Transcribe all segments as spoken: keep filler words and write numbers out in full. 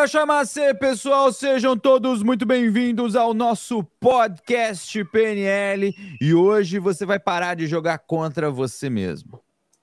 Bora chamar C, pessoal, sejam todos muito bem-vindos ao nosso podcast P N L e hoje você vai parar de jogar contra você mesmo.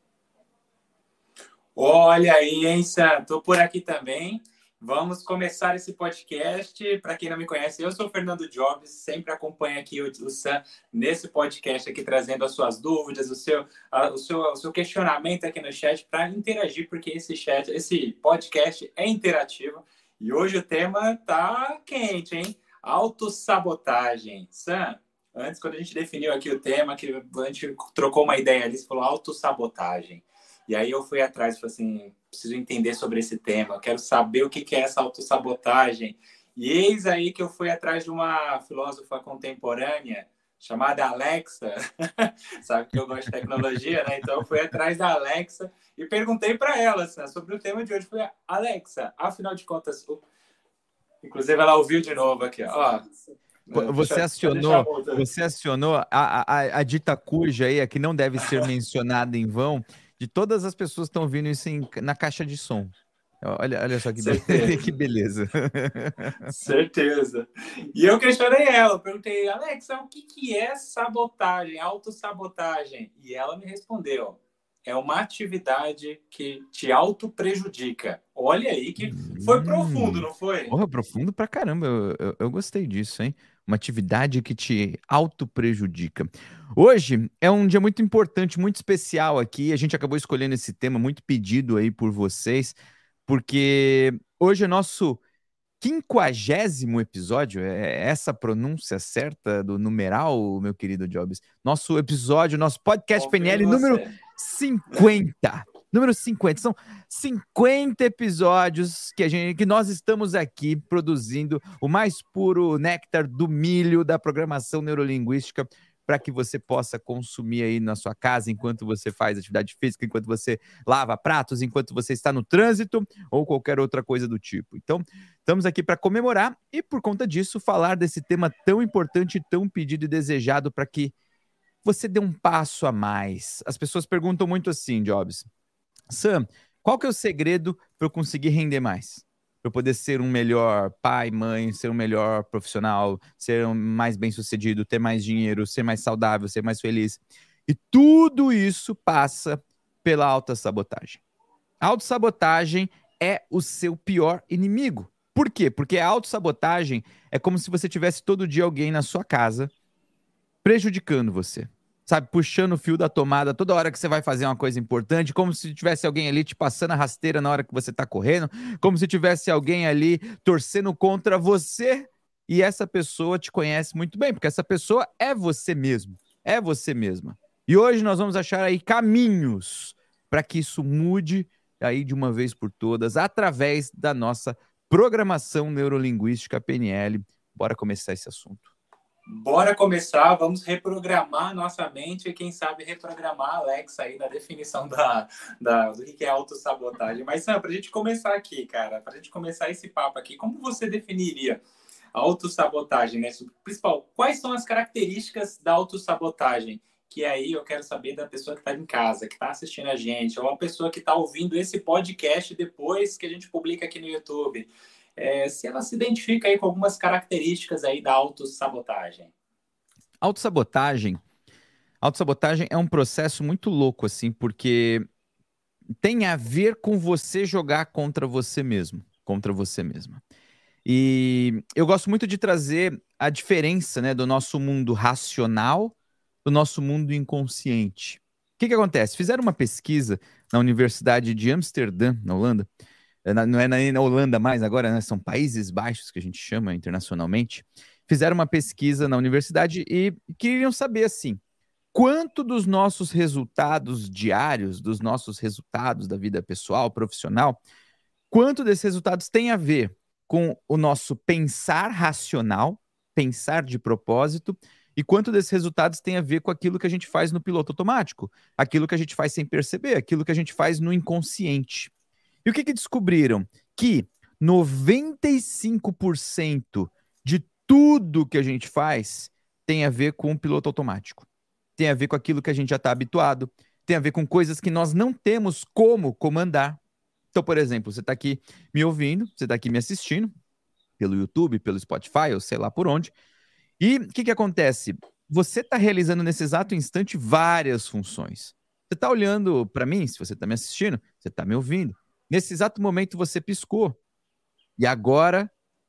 Olha aí, hein, Sam? Tô por aqui também. Vamos começar esse podcast. Para quem não me conhece, eu sou o Fernando Jobs, sempre acompanho aqui o, o Sam nesse podcast aqui, trazendo as suas dúvidas, o seu, a, o seu, o seu questionamento aqui no chat para interagir, porque esse chat, esse podcast é interativo. E hoje o tema tá quente, hein? Autossabotagem. Sam, antes, quando a gente definiu aqui o tema, que a gente trocou uma ideia ali, você falou autossabotagem. E aí eu fui atrás e falei assim, preciso entender sobre esse tema, quero saber o que é essa autossabotagem. E eis aí que eu fui atrás de uma filósofa contemporânea chamada Alexa. Sabe que eu gosto de tecnologia, né? Então eu fui atrás da Alexa e perguntei para ela assim, sobre o tema de hoje. Falei, Alexa, afinal de contas... Inclusive ela ouviu de novo aqui, ó. Você deixa, acionou, você acionou a, a, a dita cuja aí, a que não deve ser mencionada em vão, de todas as pessoas que estão ouvindo isso em, na caixa de som. Olha, olha só que, be que beleza. Certeza. E eu questionei ela, perguntei, Alexa, o que, que é sabotagem, autossabotagem? E ela me respondeu, é uma atividade que te auto-prejudica. Olha aí que foi hum, profundo, não foi? Porra, profundo pra caramba, eu, eu, eu gostei disso, hein? Uma atividade que te auto-prejudica. Hoje é um dia muito importante, muito especial aqui. A gente acabou escolhendo esse tema, muito pedido aí por vocês, porque hoje é nosso quinquagésimo episódio. É essa a pronúncia certa do numeral, meu querido Jobs? Nosso episódio, nosso podcast P N L número cinquenta. Número cinquenta. São cinquenta episódios que, a gente, que nós estamos aqui produzindo o mais puro néctar do milho da programação neurolinguística para que você possa consumir aí na sua casa enquanto você faz atividade física, enquanto você lava pratos, enquanto você está no trânsito ou qualquer outra coisa do tipo. Então, estamos aqui para comemorar e, por conta disso, falar desse tema tão importante, tão pedido e desejado para que você dê um passo a mais. As pessoas perguntam muito assim, Jobs, Sam, qual que é o segredo para eu conseguir render mais? Para eu poder ser um melhor pai, mãe, ser um melhor profissional, ser um mais bem-sucedido, ter mais dinheiro, ser mais saudável, ser mais feliz. E tudo isso passa pela autossabotagem. A autossabotagem é o seu pior inimigo. Por quê? Porque a autossabotagem é como se você tivesse todo dia alguém na sua casa prejudicando você. Sabe, puxando o fio da tomada toda hora que você vai fazer uma coisa importante, como se tivesse alguém ali te passando a rasteira na hora que você tá correndo, como se tivesse alguém ali torcendo contra você, e essa pessoa te conhece muito bem, porque essa pessoa é você mesmo, é você mesma. E hoje nós vamos achar aí caminhos para que isso mude aí de uma vez por todas, através da nossa programação neurolinguística P N L. Bora começar esse assunto. Bora começar, vamos reprogramar nossa mente e quem sabe reprogramar a Alexa aí na definição da, da, do que é autossabotagem. Mas, Sam, para a gente começar aqui, cara, para a gente começar esse papo aqui, como você definiria a autossabotagem, né? Principal, quais são as características da autossabotagem? Que aí eu quero saber da pessoa que está em casa, que está assistindo a gente, ou a pessoa que está ouvindo esse podcast depois que a gente publica aqui no YouTube. É, se ela se identifica aí com algumas características aí da autossabotagem. Autossabotagem, autossabotagem é um processo muito louco, assim, porque tem a ver com você jogar contra você mesmo, contra você mesma. E eu gosto muito de trazer a diferença, né, do nosso mundo racional do nosso mundo inconsciente. O que que acontece? Fizeram uma pesquisa na Universidade de Amsterdã, na Holanda, não é na Holanda mais agora, né? São Países Baixos que a gente chama internacionalmente. Fizeram uma pesquisa na universidade e queriam saber assim, quanto dos nossos resultados diários, dos nossos resultados da vida pessoal, profissional, quanto desses resultados tem a ver com o nosso pensar racional, pensar de propósito, e quanto desses resultados tem a ver com aquilo que a gente faz no piloto automático, aquilo que a gente faz sem perceber, aquilo que a gente faz no inconsciente. E o que que descobriram? Que noventa e cinco por cento de tudo que a gente faz tem a ver com o piloto automático. Tem a ver com aquilo que a gente já está habituado, tem a ver com coisas que nós não temos como comandar. Então, por exemplo, você está aqui me ouvindo, você está aqui me assistindo, pelo YouTube, pelo Spotify, ou sei lá por onde. E o que, que acontece? Você está realizando nesse exato instante várias funções. Você está olhando para mim, se você está me assistindo, você está me ouvindo. Nesse exato momento você piscou. E agora,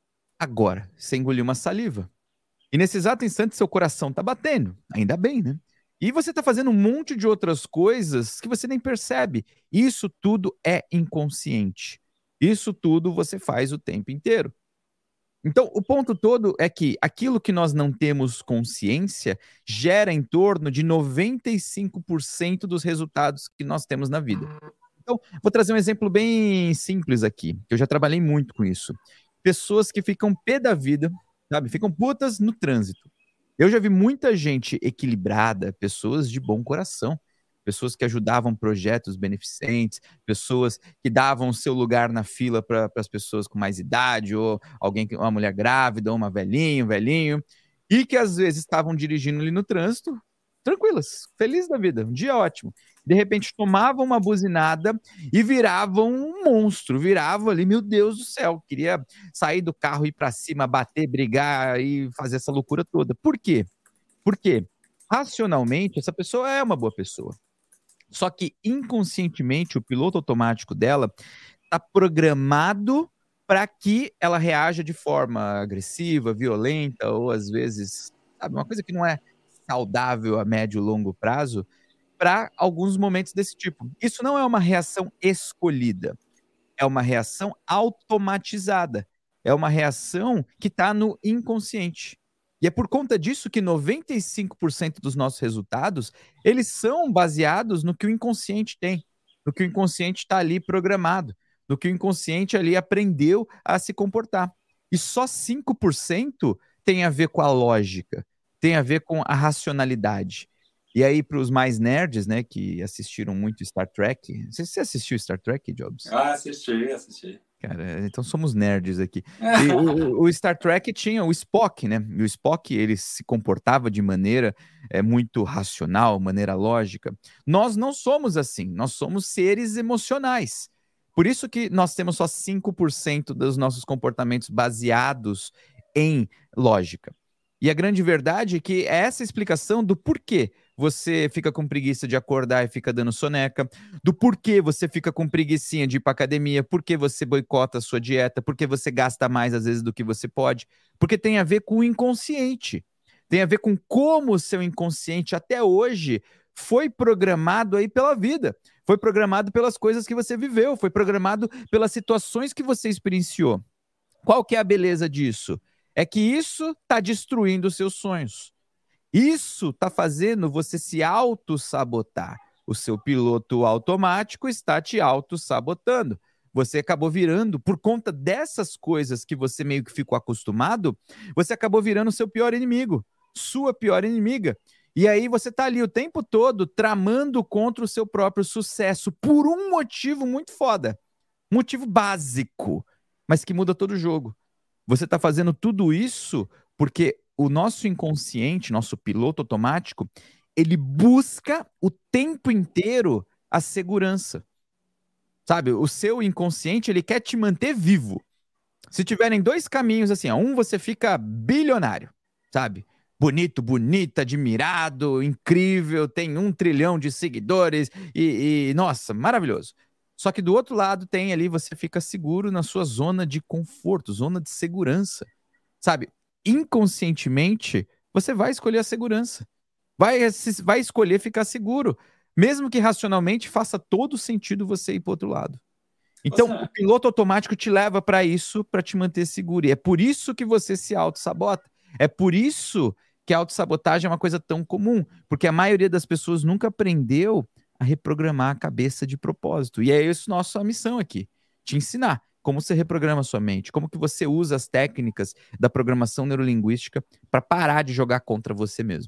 agora, você engoliu uma saliva. E nesse exato instante seu coração está batendo. Ainda bem, né? E você está fazendo um monte de outras coisas que você nem percebe. Isso tudo é inconsciente. Isso tudo você faz o tempo inteiro. Então, o ponto todo é que aquilo que nós não temos consciência gera em torno de noventa e cinco por cento dos resultados que nós temos na vida. Então, vou trazer um exemplo bem simples aqui, que eu já trabalhei muito com isso. Pessoas que ficam pé da vida, sabe? Ficam putas no trânsito. Eu já vi muita gente equilibrada, pessoas de bom coração, pessoas que ajudavam projetos beneficentes, pessoas que davam seu lugar na fila para as pessoas com mais idade, ou alguém, uma mulher grávida, ou uma velhinha, um velhinho, e que às vezes estavam dirigindo ali no trânsito, tranquilas, felizes da vida, um dia ótimo. De repente tomavam uma buzinada e viravam um monstro, viravam ali, meu Deus do céu, queria sair do carro, ir para cima, bater, brigar e fazer essa loucura toda. Por quê? Porque racionalmente essa pessoa é uma boa pessoa. Só que inconscientemente o piloto automático dela está programado para que ela reaja de forma agressiva, violenta, ou às vezes, sabe, uma coisa que não é saudável a médio e longo prazo, para alguns momentos desse tipo. Isso não é uma reação escolhida, é uma reação automatizada, é uma reação que está no inconsciente. E é por conta disso que noventa e cinco por cento dos nossos resultados, eles são baseados no que o inconsciente tem, no que o inconsciente está ali programado, no que o inconsciente ali aprendeu a se comportar. E só cinco por cento tem a ver com a lógica, tem a ver com a racionalidade. E aí, para os mais nerds, né, que assistiram muito Star Trek, você assistiu Star Trek, Jobs? Ah, assisti, assisti. Cara, então somos nerds aqui. E o, o Star Trek tinha o Spock, né? E o Spock, ele se comportava de maneira é, muito racional, maneira lógica. Nós não somos assim, nós somos seres emocionais. Por isso que nós temos só cinco por cento dos nossos comportamentos baseados em lógica. E a grande verdade é que é essa explicação do porquê você fica com preguiça de acordar e fica dando soneca, do porquê você fica com preguicinha de ir para academia, porquê você boicota a sua dieta, porquê você gasta mais às vezes do que você pode, porque tem a ver com o inconsciente, tem a ver com como o seu inconsciente até hoje foi programado aí pela vida, foi programado pelas coisas que você viveu, foi programado pelas situações que você experienciou. Qual que é a beleza disso? É que isso está destruindo os seus sonhos. Isso está fazendo você se auto-sabotar. O seu piloto automático está te auto-sabotando. Você acabou virando, por conta dessas coisas que você meio que ficou acostumado, você acabou virando o seu pior inimigo, sua pior inimiga. E aí você está ali o tempo todo tramando contra o seu próprio sucesso por um motivo muito foda. Um motivo básico, mas que muda todo o jogo. Você está fazendo tudo isso porque o nosso inconsciente, nosso piloto automático, ele busca o tempo inteiro a segurança. Sabe, o seu inconsciente, ele quer te manter vivo. Se tiverem dois caminhos assim, ó, um você fica bilionário, sabe? Bonito, bonita, admirado, incrível, tem um trilhão de seguidores e, e, nossa, maravilhoso. Só que do outro lado tem ali, você fica seguro na sua zona de conforto, zona de segurança, sabe? Inconscientemente, você vai escolher a segurança, vai, vai escolher ficar seguro, mesmo que racionalmente faça todo sentido você ir para o outro lado. Então, Nossa. O piloto automático te leva para isso, para te manter seguro, e é por isso que você se auto-sabota, é por isso que a autossabotagem é uma coisa tão comum, porque a maioria das pessoas nunca aprendeu a reprogramar a cabeça de propósito. E é isso nossa missão aqui, te ensinar como você reprograma a sua mente, como que você usa as técnicas da programação neurolinguística para parar de jogar contra você mesmo.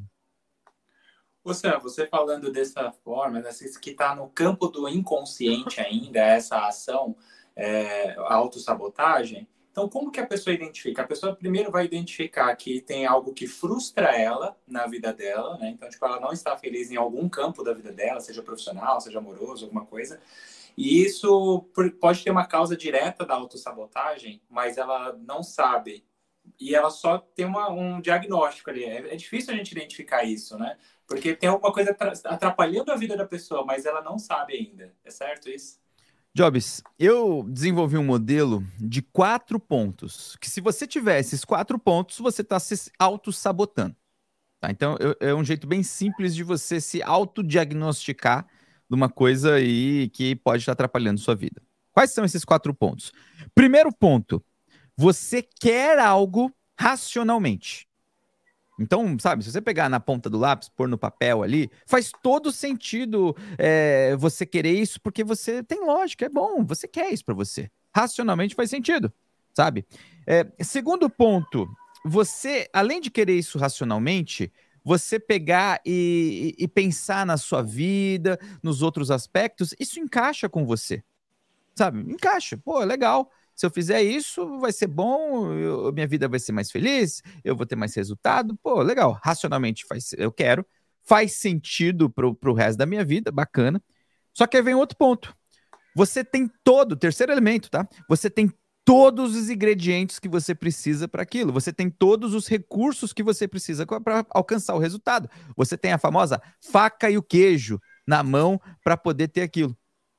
Ô Sam, você falando dessa forma, né, que está no campo do inconsciente ainda, essa ação, é, a autossabotagem, então como que a pessoa identifica? A pessoa primeiro vai identificar que tem algo que frustra ela na vida dela, né? Então, tipo, ela não está feliz em algum campo da vida dela, seja profissional, seja amoroso, alguma coisa. E isso pode ter uma causa direta da autossabotagem, mas ela não sabe. E ela só tem uma, um diagnóstico ali. É, é difícil a gente identificar isso, né? Porque tem alguma coisa atrapalhando a vida da pessoa, mas ela não sabe ainda. É certo isso? Jobs, eu desenvolvi um modelo de quatro pontos, que se você tiver esses quatro pontos, você está se auto-sabotando. Tá? Então, eu, é um jeito bem simples de você se autodiagnosticar de uma coisa aí que pode estar atrapalhando sua vida. Quais são esses quatro pontos? Primeiro ponto, você quer algo racionalmente. Então, sabe, se você pegar na ponta do lápis, pôr no papel ali, faz todo sentido é, você querer isso, porque você tem lógica, é bom, você quer isso para você. Racionalmente faz sentido, sabe? É, segundo ponto, você, além de querer isso racionalmente, você pegar e, e, e pensar na sua vida, nos outros aspectos, isso encaixa com você, sabe? Encaixa, pô, legal. Se eu fizer isso, vai ser bom, eu, minha vida vai ser mais feliz, eu vou ter mais resultado. Pô, legal. Racionalmente faz, eu quero. Faz sentido pro, pro resto da minha vida, bacana. Só que aí vem outro ponto. Você tem todo, terceiro elemento, tá? Você tem todos os ingredientes que você precisa para aquilo. Você tem todos os recursos que você precisa para alcançar o resultado. Você tem a famosa faca e o queijo na mão para poder ter aquilo.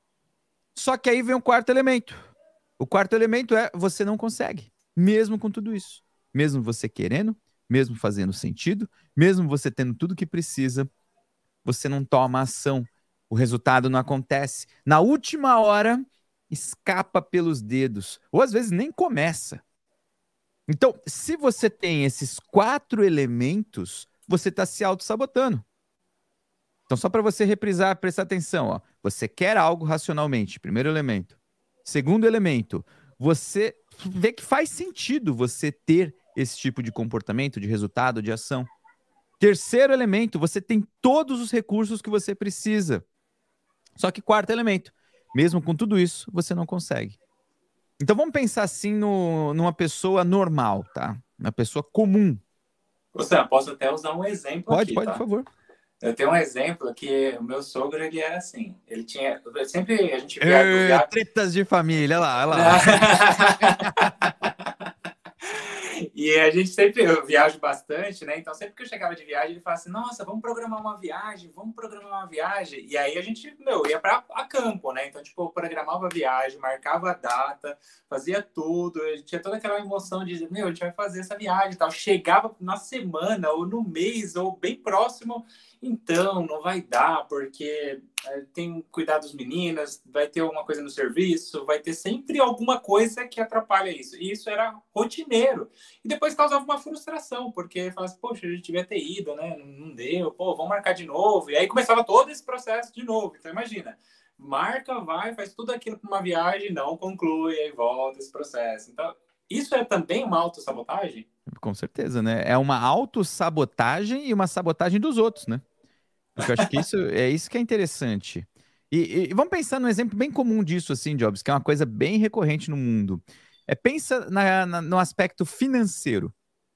Só que aí vem o quarto elemento. O quarto elemento é você não consegue, mesmo com tudo isso. Mesmo você querendo, mesmo fazendo sentido, mesmo você tendo tudo que precisa, você não toma ação. O resultado não acontece. Na última hora, escapa pelos dedos. Ou às vezes nem começa. Então, se você tem esses quatro elementos, você está se auto-sabotando. Então, só para você reprisar, prestar atenção. Ó. Você quer algo racionalmente, primeiro elemento. Segundo elemento, você vê que faz sentido você ter esse tipo de comportamento, de resultado, de ação. Terceiro elemento, você tem todos os recursos que você precisa. Só que quarto elemento, mesmo com tudo isso, você não consegue. Então vamos pensar assim no, numa pessoa normal, tá? Uma pessoa comum. Você posso até usar um exemplo pode, aqui, Pode, tá? por favor. Eu tenho um exemplo que o meu sogro, ele era assim. Ele tinha... Sempre a gente via... É, via... Tretas de família, olha lá, olha lá. E a gente sempre... Eu viajo bastante, né? Então, sempre que eu chegava de viagem, ele falava assim, nossa, vamos programar uma viagem, vamos programar uma viagem. E aí a gente, meu, ia para a campo, né? Então, tipo, eu programava a viagem, marcava a data, fazia tudo. Eu tinha toda aquela emoção de, meu, a gente vai fazer essa viagem e tal. Chegava na semana, ou no mês, ou bem próximo... Então, não vai dar, porque tem que cuidar dos meninos, vai ter alguma coisa no serviço, vai ter sempre alguma coisa que atrapalha isso. E isso era rotineiro. E depois causava uma frustração, porque falava assim, poxa, a gente devia ter ido, né? Não deu, pô, vamos marcar de novo. E aí começava todo esse processo de novo. Então, imagina, marca, vai, faz tudo aquilo para uma viagem, não conclui, aí volta esse processo. Então, isso é também uma autossabotagem? Com certeza, né? É uma autossabotagem e uma sabotagem dos outros, né? Porque eu acho que isso é isso que é interessante. E, e vamos pensar num exemplo bem comum disso, assim, Jobs, que é uma coisa bem recorrente no mundo. É, pensa na, na, no aspecto financeiro.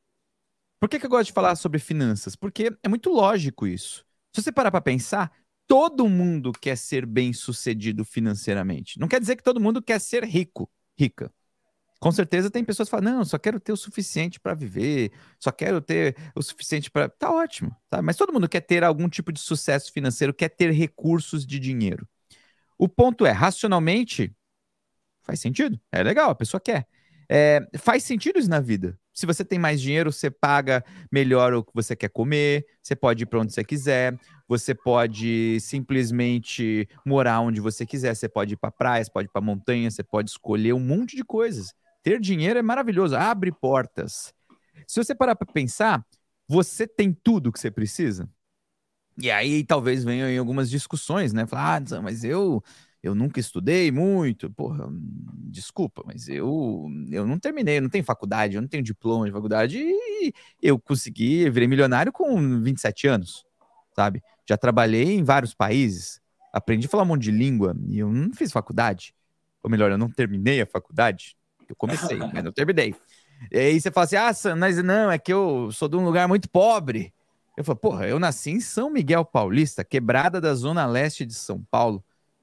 Por que, que eu gosto de falar sobre finanças? Porque é muito lógico isso. Se você parar para pensar, todo mundo quer ser bem-sucedido financeiramente. Não quer dizer que todo mundo quer ser rico, rica. Com certeza tem pessoas que falam, não, só quero ter o suficiente para viver, só quero ter o suficiente para... Tá ótimo, tá? Mas todo mundo quer ter algum tipo de sucesso financeiro, quer ter recursos de dinheiro. O ponto é, racionalmente, faz sentido, é legal, a pessoa quer. É, faz sentido isso na vida. Se você tem mais dinheiro, você paga melhor o que você quer comer, você pode ir para onde você quiser, você pode simplesmente morar onde você quiser, você pode ir para praia, você pode ir para montanha, você pode escolher um monte de coisas. Ter dinheiro é maravilhoso, abre portas. Se você parar para pensar, você tem tudo que você precisa? E aí talvez venham aí algumas discussões, né? Falar, ah, mas eu, eu nunca estudei muito. Porra, desculpa, mas eu, eu não terminei, eu não tenho faculdade, eu não tenho diploma de faculdade e eu consegui, eu virei milionário com vinte e sete anos, sabe? Já trabalhei em vários países, aprendi a falar um monte de língua e eu não fiz faculdade. Ou melhor, eu não terminei a faculdade. Eu comecei, mas não terminei. E aí você fala assim, ah, mas não, é que eu sou de um lugar muito pobre. Eu falo, porra, eu nasci em São Miguel Paulista, quebrada da zona leste de São Paulo.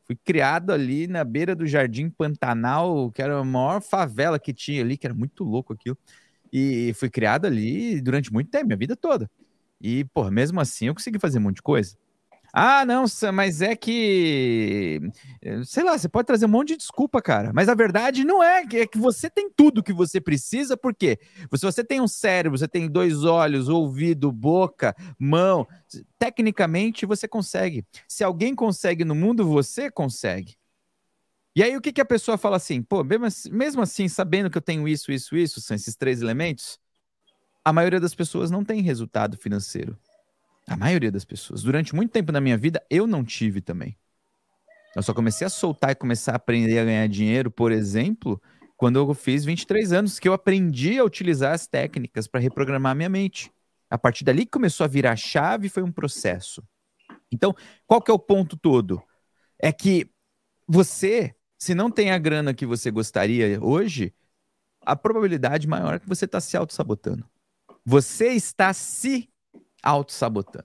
Fui criado ali na beira do Jardim Pantanal, que era a maior favela que tinha ali, que era muito louco aquilo. E fui criado ali durante muito tempo, minha vida toda. E, pô, mesmo assim eu consegui fazer um monte de coisa. Ah, não, Sam, mas é que... Sei lá, você pode trazer um monte de desculpa, cara. Mas a verdade não é, é que você tem tudo que você precisa, por quê? Se você tem um cérebro, você tem dois olhos, ouvido, boca, mão, tecnicamente você consegue. Se alguém consegue no mundo, você consegue. E aí o que, que a pessoa fala assim? Pô, mesmo assim, mesmo assim, sabendo que eu tenho isso, isso, isso, são esses três elementos, a maioria das pessoas não tem resultado financeiro. A maioria das pessoas. Durante muito tempo na minha vida, eu não tive também. Eu só comecei a soltar e começar a aprender a ganhar dinheiro, por exemplo, quando eu fiz vinte e três anos, que eu aprendi a utilizar as técnicas para reprogramar minha mente. A partir dali que começou a virar chave, foi um processo. Então, qual que é o ponto todo? É que você, se não tem a grana que você gostaria hoje, a probabilidade maior é que você está se auto-sabotando. Você está se auto-sabotando.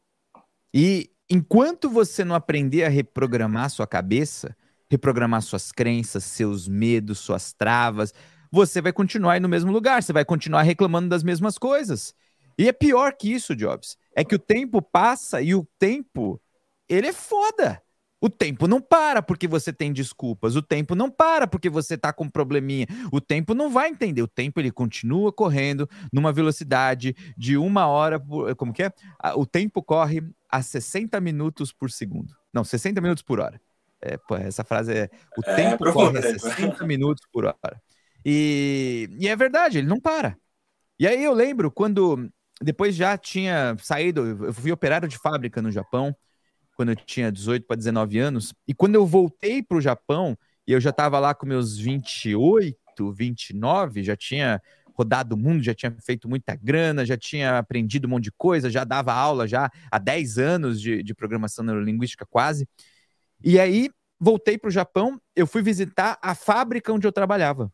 E enquanto você não aprender a reprogramar sua cabeça, reprogramar suas crenças, seus medos, suas travas, você vai continuar aí no mesmo lugar, você vai continuar reclamando das mesmas coisas. E é pior que isso, Jobs, é que o tempo passa e o tempo, ele é foda. O tempo não para porque você tem desculpas, o tempo não para porque você tá com um probleminha, o tempo não vai entender, o tempo ele continua correndo numa velocidade de uma hora, por, como que é? O tempo corre a sessenta minutos por segundo, não, sessenta minutos por hora. É, pô, essa frase é, o É, tempo corre a profunda. sessenta minutos por hora. E, e é verdade, ele não para. E aí eu lembro quando, depois já tinha saído, eu fui operário de fábrica no Japão, quando eu tinha dezoito para dezenove anos, e quando eu voltei para o Japão, e eu já estava lá com meus vinte e oito, vinte e nove, já tinha rodado o mundo, já tinha feito muita grana, já tinha aprendido um monte de coisa, já dava aula já há dez anos de, de programação neurolinguística quase, e aí voltei para o Japão, eu fui visitar a fábrica onde eu trabalhava.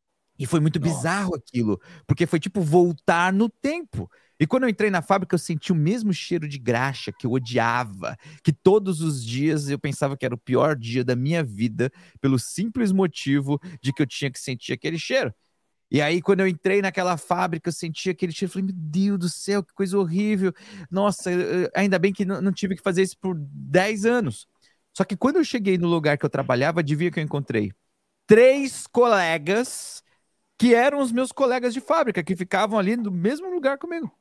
E foi muito Nossa. bizarro aquilo, porque foi tipo voltar no tempo. E quando eu entrei na fábrica, eu senti o mesmo cheiro de graxa que eu odiava, que todos os dias eu pensava que era o pior dia da minha vida, pelo simples motivo de que eu tinha que sentir aquele cheiro. E aí, quando eu entrei naquela fábrica, eu senti aquele cheiro, eu falei, meu Deus do céu, que coisa horrível. Nossa, ainda bem que não, não tive que fazer isso por dez anos. Só que quando eu cheguei no lugar que eu trabalhava, adivinha o que eu encontrei? Três colegas que eram os meus colegas de fábrica, que ficavam ali no mesmo lugar comigo.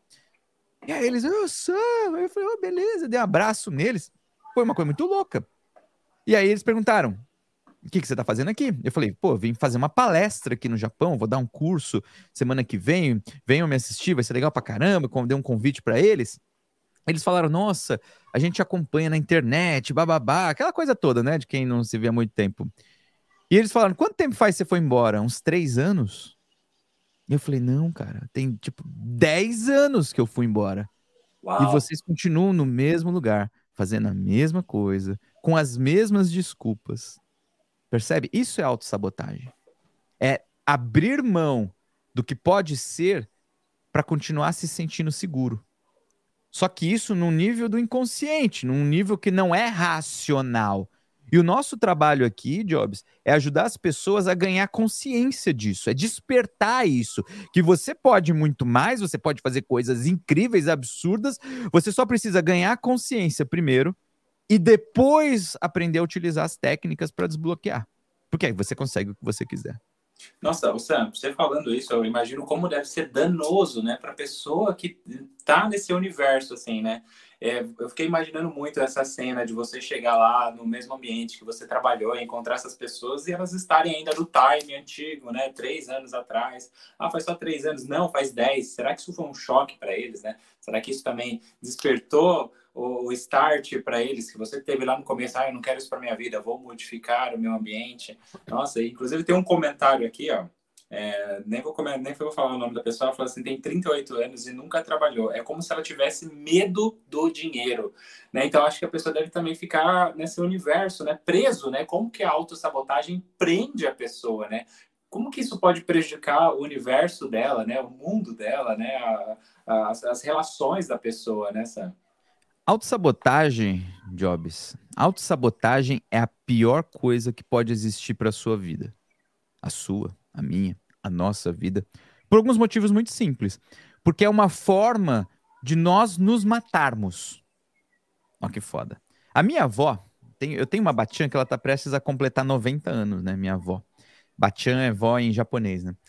E aí eles, ô, Sam, eu falei, ô, beleza, dei um abraço neles. Foi uma coisa muito louca. E aí eles perguntaram, o que, que você tá fazendo aqui? Eu falei, pô, vim fazer uma palestra aqui no Japão, vou dar um curso semana que vem, venham me assistir, vai ser legal pra caramba, dei um convite pra eles. Eles falaram, nossa, a gente acompanha na internet, bababá, aquela coisa toda, né, de quem não se vê há muito tempo. E eles falaram, quanto tempo faz que você foi embora? Uns três anos? E eu falei, não, cara, tem tipo dez anos que eu fui embora. Uau. E vocês continuam no mesmo lugar, fazendo a mesma coisa, com as mesmas desculpas. Percebe? Isso é autossabotagem. É abrir mão do que pode ser para continuar se sentindo seguro. Só que isso num nível do inconsciente, num nível que não é racional. E o nosso trabalho aqui, Jobs, é ajudar as pessoas a ganhar consciência disso, é despertar isso, que você pode muito mais, você pode fazer coisas incríveis, absurdas, você só precisa ganhar consciência primeiro e depois aprender a utilizar as técnicas para desbloquear. Porque aí você consegue o que você quiser. Nossa, Sam, você falando isso, eu imagino como deve ser danoso, né, para a pessoa que tá nesse universo, assim, né? É, eu fiquei imaginando muito essa cena de você chegar lá no mesmo ambiente que você trabalhou e encontrar essas pessoas e elas estarem ainda no time antigo, né? Três anos atrás. Ah, faz só três anos? Não, faz dez. Será que isso foi um choque para eles, né? Será que isso também despertou o start para eles, que você teve lá no começo, ah, eu não quero isso para minha vida, vou modificar o meu ambiente. Nossa, inclusive tem um comentário aqui, ó, é, nem, vou comentar, nem vou falar o nome da pessoa, ela falou assim, tem trinta e oito anos e nunca trabalhou. É como se ela tivesse medo do dinheiro, né? Então, acho que a pessoa deve também ficar nesse universo, né? Preso, né? Como que a autossabotagem prende a pessoa, né? Como que isso pode prejudicar o universo dela, né? O mundo dela, né? A, a, as, as relações da pessoa, né, Sam? Autossabotagem, Jobs. Autossabotagem é a pior coisa que pode existir para a sua vida. A sua, a minha, a nossa vida. Por alguns motivos muito simples. Porque é uma forma de nós nos matarmos. Olha que foda. A minha avó, tem, eu tenho uma Bachan que ela tá prestes a completar noventa anos, né? Minha avó. Bachan é vó em japonês, né?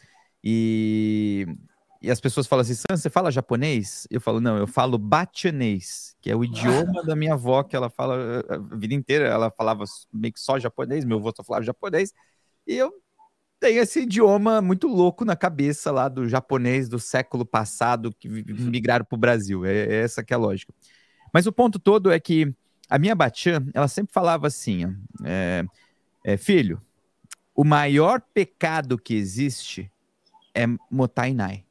E, e as pessoas falam assim, Sam, você fala japonês? Eu falo, não, eu falo bachanês, que é o idioma da minha avó, que ela fala a vida inteira, ela falava meio que só japonês, meu avô só falava japonês, e eu tenho esse idioma muito louco na cabeça lá do japonês do século passado, que migraram para o Brasil, é, é essa que é a lógica. Mas o ponto todo é que a minha Bachan, ela sempre falava assim, ó, é, é, filho, o maior pecado que existe é Motainai.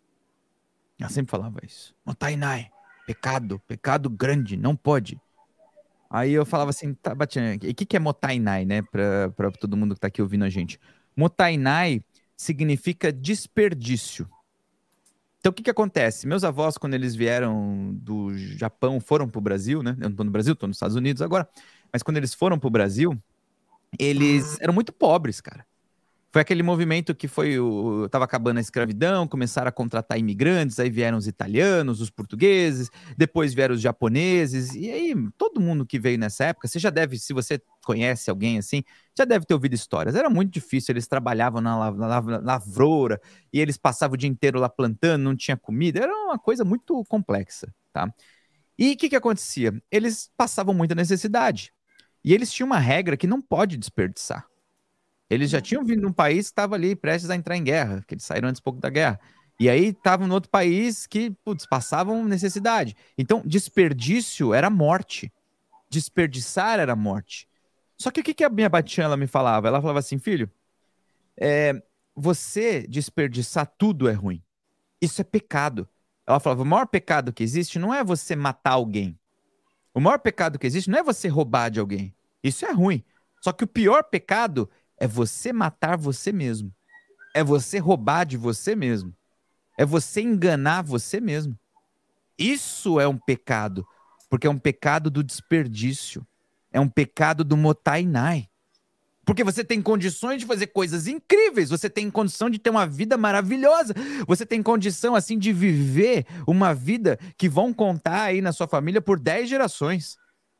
Ela sempre falava isso. Motainai, pecado, pecado grande, não pode. Aí eu falava assim, tá, Bachan, e o que, que é Motainai, né? Pra, pra todo mundo que tá aqui ouvindo a gente. Motainai significa desperdício. Então o que que acontece? Meus avós, quando eles vieram do Japão, foram pro Brasil, né? Eu não tô no Brasil, tô nos Estados Unidos agora. Mas quando eles foram pro Brasil, eles eram muito pobres, cara. Foi aquele movimento que foi o... Tava acabando a escravidão, começaram a contratar imigrantes, aí vieram os italianos, os portugueses, depois vieram os japoneses, e aí todo mundo que veio nessa época, você já deve, se você conhece alguém assim, já deve ter ouvido histórias. Era muito difícil, eles trabalhavam na, la... na lavoura, e eles passavam o dia inteiro lá plantando, não tinha comida, era uma coisa muito complexa, tá? E o que que acontecia? Eles passavam muita necessidade, e eles tinham uma regra que não pode desperdiçar. Eles já tinham vindo de um país que estava ali prestes a entrar em guerra, que eles saíram antes pouco da guerra. E aí estavam em outro país que, putz, passavam necessidade. Então, desperdício era morte. Desperdiçar era morte. Só que o que, que a minha Bachan, ela me falava? Ela falava assim, filho, é, você desperdiçar tudo é ruim. Isso é pecado. Ela falava, o maior pecado que existe não é você matar alguém. O maior pecado que existe não é você roubar de alguém. Isso é ruim. Só que o pior pecado é você matar você mesmo. É você roubar de você mesmo. É você enganar você mesmo. Isso é um pecado, porque é um pecado do desperdício. É um pecado do Motainai. Porque você tem condições de fazer coisas incríveis, você tem condição de ter uma vida maravilhosa, você tem condição, assim, de viver uma vida que vão contar aí na sua família por dez gerações.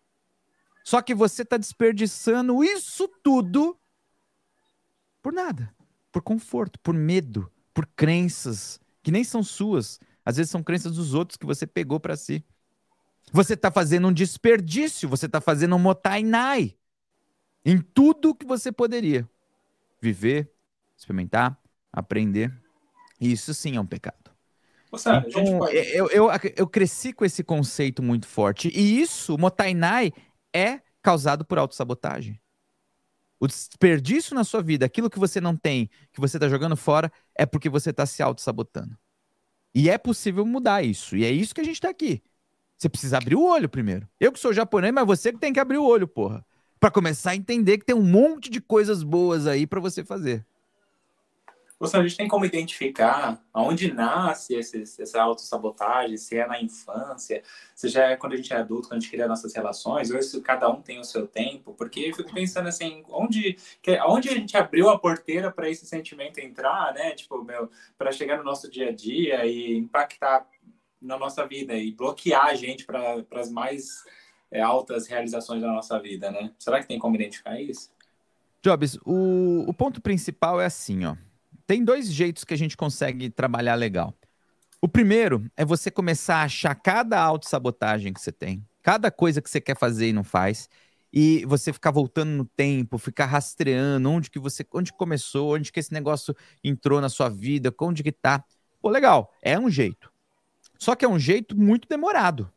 Só que você está desperdiçando isso tudo por nada, por conforto, por medo, por crenças que nem são suas. Às vezes são crenças dos outros que você pegou para si. Você está fazendo um desperdício, você está fazendo um Motainai em tudo que você poderia viver, experimentar, aprender. Isso sim é um pecado. Nossa, a gente Então, pode... eu, eu, eu cresci com esse conceito muito forte. E isso, o Motainai, é causado por autossabotagem. O desperdício na sua vida, aquilo que você não tem, que você está jogando fora, é porque você está se auto-sabotando. E é possível mudar isso. E é isso que a gente está aqui. Você precisa abrir o olho primeiro. Eu que sou japonês, mas você que tem que abrir o olho, porra. Para começar a entender que tem um monte de coisas boas aí para você fazer. Você, a gente tem como identificar aonde nasce esse, essa autossabotagem, se é na infância, se já é quando a gente é adulto, quando a gente cria nossas relações, ou se cada um tem o seu tempo, porque eu fico pensando assim, onde, que, onde a gente abriu a porteira para esse sentimento entrar, né? Tipo, meu, para chegar no nosso dia a dia e impactar na nossa vida e bloquear a gente para as mais é, altas realizações da nossa vida, né? Será que tem como identificar isso? Jobs, o, o ponto principal é assim, ó. Tem dois jeitos que a gente consegue trabalhar legal. O primeiro é você começar a achar cada autossabotagem que você tem, cada coisa que você quer fazer e não faz, e você ficar voltando no tempo, ficar rastreando onde que você, onde começou, onde que esse negócio entrou na sua vida, onde que tá. Pô, legal, é um jeito. Só que é um jeito muito demorado.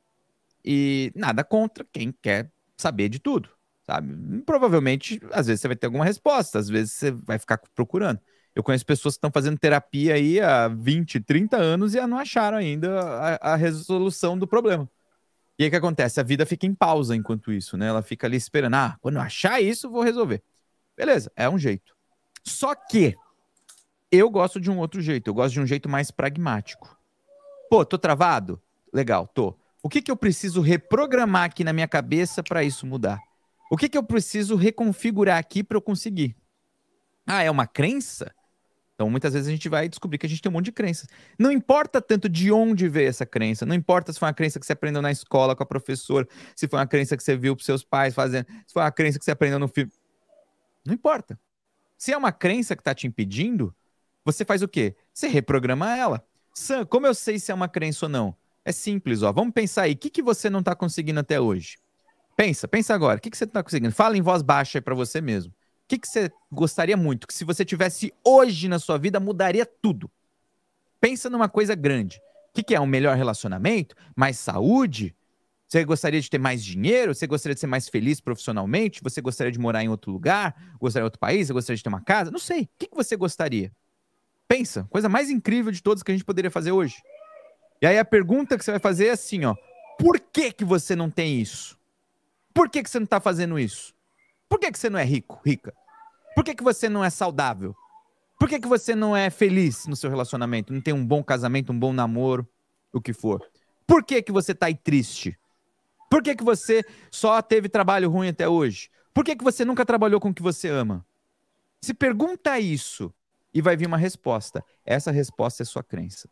E nada contra quem quer saber de tudo, sabe? Provavelmente, às vezes você vai ter alguma resposta, às vezes você vai ficar procurando. Eu conheço pessoas que estão fazendo terapia aí há vinte, trinta anos e não acharam ainda a, a resolução do problema. E aí o que acontece? A vida fica em pausa enquanto isso, né? Ela fica ali esperando. Ah, quando eu achar isso, vou resolver. Beleza, é um jeito. Só que eu gosto de um outro jeito. Eu gosto de um jeito mais pragmático. Pô, tô travado? Legal, tô. O que que eu preciso reprogramar aqui na minha cabeça para isso mudar? O que que eu preciso reconfigurar aqui para eu conseguir? Ah, é uma crença? Então, muitas vezes a gente vai descobrir que a gente tem um monte de crenças. Não importa tanto de onde veio essa crença. Não importa se foi uma crença que você aprendeu na escola com a professora, se foi uma crença que você viu para seus pais fazendo, se foi uma crença que você aprendeu no filme. Não importa. Se é uma crença que está te impedindo, você faz o quê? Você reprograma ela. Sam, como eu sei se é uma crença ou não? É simples, ó. Vamos pensar aí. O que, que você não está conseguindo até hoje? Pensa, pensa agora. O que, que você não está conseguindo? Fala em voz baixa aí para você mesmo. O que, que você gostaria muito? Que se você tivesse hoje na sua vida, mudaria tudo. Pensa numa coisa grande. O que, que é? Um melhor relacionamento? Mais saúde? Você gostaria de ter mais dinheiro? Você gostaria de ser mais feliz profissionalmente? Você gostaria de morar em outro lugar? Gostaria de outro país? Você gostaria de ter uma casa? Não sei. O que, que você gostaria? Pensa. Coisa mais incrível de todas que a gente poderia fazer hoje. E aí a pergunta que você vai fazer é assim, ó. Por que que você não tem isso? Por que que você não tá fazendo isso? Por que que você não é rico, rica? Por que que você não é saudável? Por que que você não é feliz no seu relacionamento? Não tem um bom casamento, um bom namoro, o que for? Por que que você tá aí triste? Por que que você só teve trabalho ruim até hoje? Por que que você nunca trabalhou com o que você ama? Se pergunta isso e vai vir uma resposta. Essa resposta é sua crença.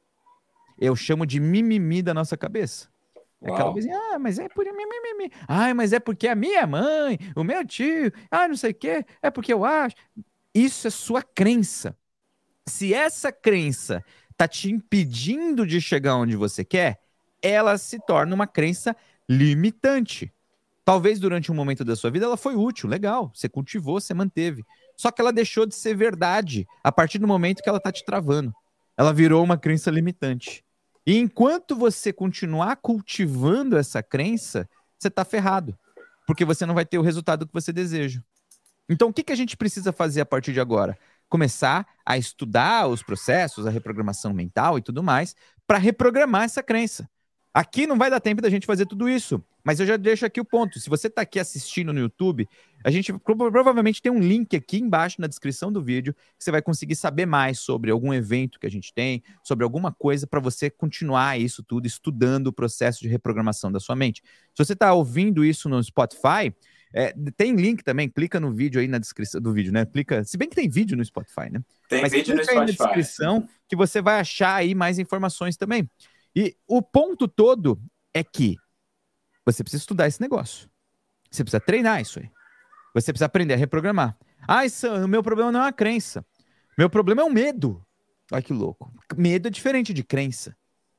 Eu chamo de mimimi da nossa cabeça. É aquela coisa, ah, mas é por mimimi. Ah, mas é porque a minha mãe, o meu tio, ah, não sei o quê, é porque eu acho. Isso é sua crença. Se essa crença tá te impedindo de chegar onde você quer, ela se torna uma crença limitante. Talvez durante um momento da sua vida ela foi útil, legal, você cultivou, você manteve. Só que ela deixou de ser verdade a partir do momento que ela tá te travando. Ela virou uma crença limitante. E enquanto você continuar cultivando essa crença, você tá ferrado. Porque você não vai ter o resultado que você deseja. Então, o que que a gente precisa fazer a partir de agora? Começar a estudar os processos, a reprogramação mental e tudo mais, para reprogramar essa crença. Aqui não vai dar tempo da gente fazer tudo isso, mas eu já deixo aqui o ponto. Se você está aqui assistindo no YouTube, a gente provavelmente tem um link aqui embaixo na descrição do vídeo que você vai conseguir saber mais sobre algum evento que a gente tem, sobre alguma coisa para você continuar isso tudo, estudando o processo de reprogramação da sua mente. Se você está ouvindo isso no Spotify, é, tem link também, clica no vídeo aí na descrição do vídeo, né? Clica, se bem que tem vídeo no Spotify, né? Tem Mas vídeo no clica aí Spotify. na descrição que você vai achar aí mais informações também. E o ponto todo é que você precisa estudar esse negócio. Você precisa treinar isso aí. Você precisa aprender a reprogramar. Ah, Sam, o meu problema não é uma crença. Meu problema é o medo. Olha que louco. Medo é diferente de crença.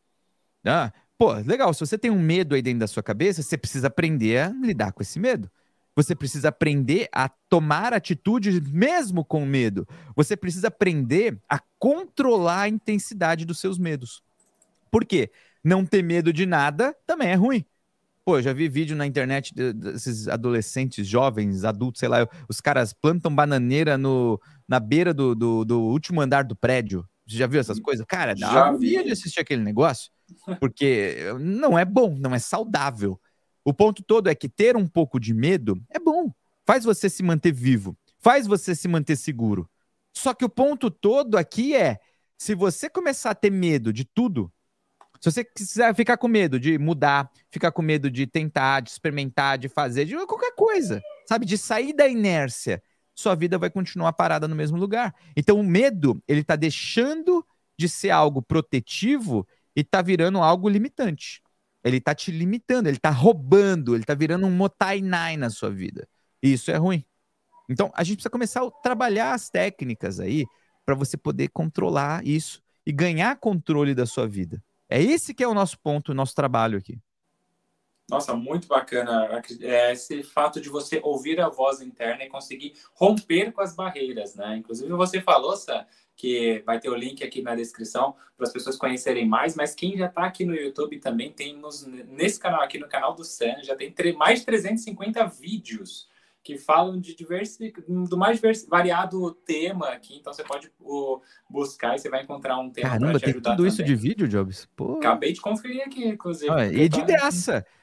Ah, pô, legal. Se você tem um medo aí dentro da sua cabeça, você precisa aprender a lidar com esse medo. Você precisa aprender a tomar atitudes mesmo com medo. Você precisa aprender a controlar a intensidade dos seus medos. Por quê? Não ter medo de nada também é ruim. Pô, eu já vi vídeo na internet desses adolescentes, jovens, adultos, sei lá, os caras plantam bananeira no, na beira do, do, do último andar do prédio. Você já viu essas coisas? Cara, dá uma agonia de assistir aquele negócio, porque não é bom, não é saudável. O ponto todo é que ter um pouco de medo é bom. Faz você se manter vivo, faz você se manter seguro. Só que o ponto todo aqui é, se você começar a ter medo de tudo, se você quiser ficar com medo de mudar, ficar com medo de tentar, de experimentar, de fazer, de qualquer coisa, sabe? De sair da inércia, sua vida vai continuar parada no mesmo lugar. Então o medo, ele tá deixando de ser algo protetivo e tá virando algo limitante. Ele tá te limitando, ele tá roubando, ele tá virando um motainai na sua vida. E isso é ruim. Então a gente precisa começar a trabalhar as técnicas aí para você poder controlar isso e ganhar controle da sua vida. É esse que é o nosso ponto, o nosso trabalho aqui. Nossa, muito bacana esse fato de você ouvir a voz interna e conseguir romper com as barreiras, né? Inclusive você falou, Sam, que vai ter o link aqui na descrição para as pessoas conhecerem mais, mas quem já está aqui no YouTube também tem nos, nesse canal aqui, no canal do Sam, já tem mais de trezentos e cinquenta vídeos que falam de diversos, do mais divers, variado tema aqui, então você pode o, buscar e você vai encontrar um tema para te ajudar. Caramba, tem tudo também. Isso de vídeo, Jobs? Pô. Acabei de conferir aqui, inclusive. Ah, e de graça.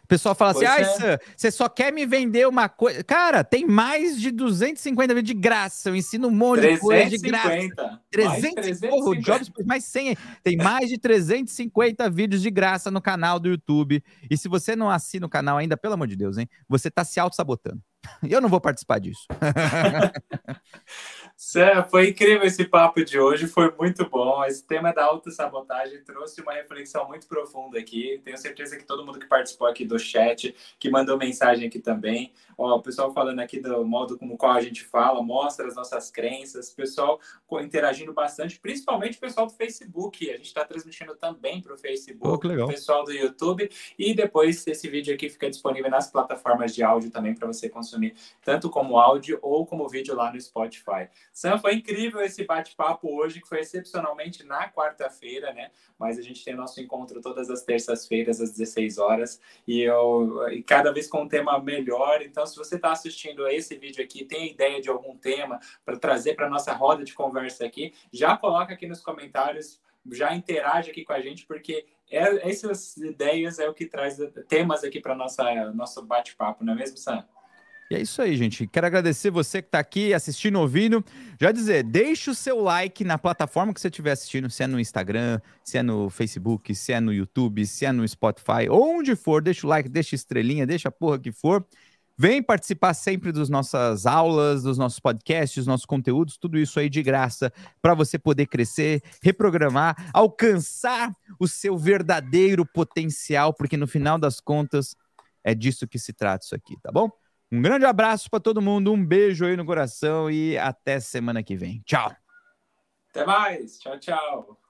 O pessoal fala assim, Pois ai, é. Sam, você só quer me vender uma coisa. Cara, tem mais de duzentos e cinquenta vídeos de graça. Eu ensino um monte de coisa de graça. trezentos e cinquenta. Mais de trezentos, porra, o Jobs pôs mais cem. Tem mais de trezentos e cinquenta vídeos de graça no canal do YouTube. E se você não assina o canal ainda, pelo amor de Deus, hein? Você tá se auto-sabotando. Eu não vou participar disso. Sam, foi incrível esse papo de hoje, foi muito bom. Esse tema da autossabotagem trouxe uma reflexão muito profunda aqui. Tenho certeza que todo mundo que participou aqui do chat, que mandou mensagem aqui também, ó, o pessoal falando aqui do modo como qual a gente fala, mostra as nossas crenças, pessoal interagindo bastante, principalmente o pessoal do Facebook. A gente está transmitindo também para o Facebook, oh, que legal. o pessoal do YouTube, e depois esse vídeo aqui fica disponível nas plataformas de áudio também para você consumir, tanto como áudio ou como vídeo lá no Spotify. Sam, foi incrível esse bate-papo hoje, que foi excepcionalmente na quarta-feira, né? Mas a gente tem nosso encontro todas as terças-feiras, às dezesseis horas, e, eu, e cada vez com um tema melhor. Então, se você está assistindo a esse vídeo aqui, tem ideia de algum tema para trazer para a nossa roda de conversa aqui, já coloca aqui nos comentários, já interage aqui com a gente, porque é, essas ideias é o que traz temas aqui para nosso bate-papo, não é mesmo, Sam? E é isso aí, gente. Quero agradecer você que está aqui assistindo, ouvindo. Já dizer, deixa o seu like na plataforma que você estiver assistindo, se é no Instagram, se é no Facebook, se é no YouTube, se é no Spotify, onde for, deixa o like, deixa estrelinha, deixa a porra que for. Vem participar sempre das nossas aulas, dos nossos podcasts, dos nossos conteúdos, tudo isso aí de graça para você poder crescer, reprogramar, alcançar o seu verdadeiro potencial, porque no final das contas é disso que se trata isso aqui, tá bom? Um grande abraço para todo mundo, um beijo aí no coração e até semana que vem. Tchau! Até mais! Tchau, tchau!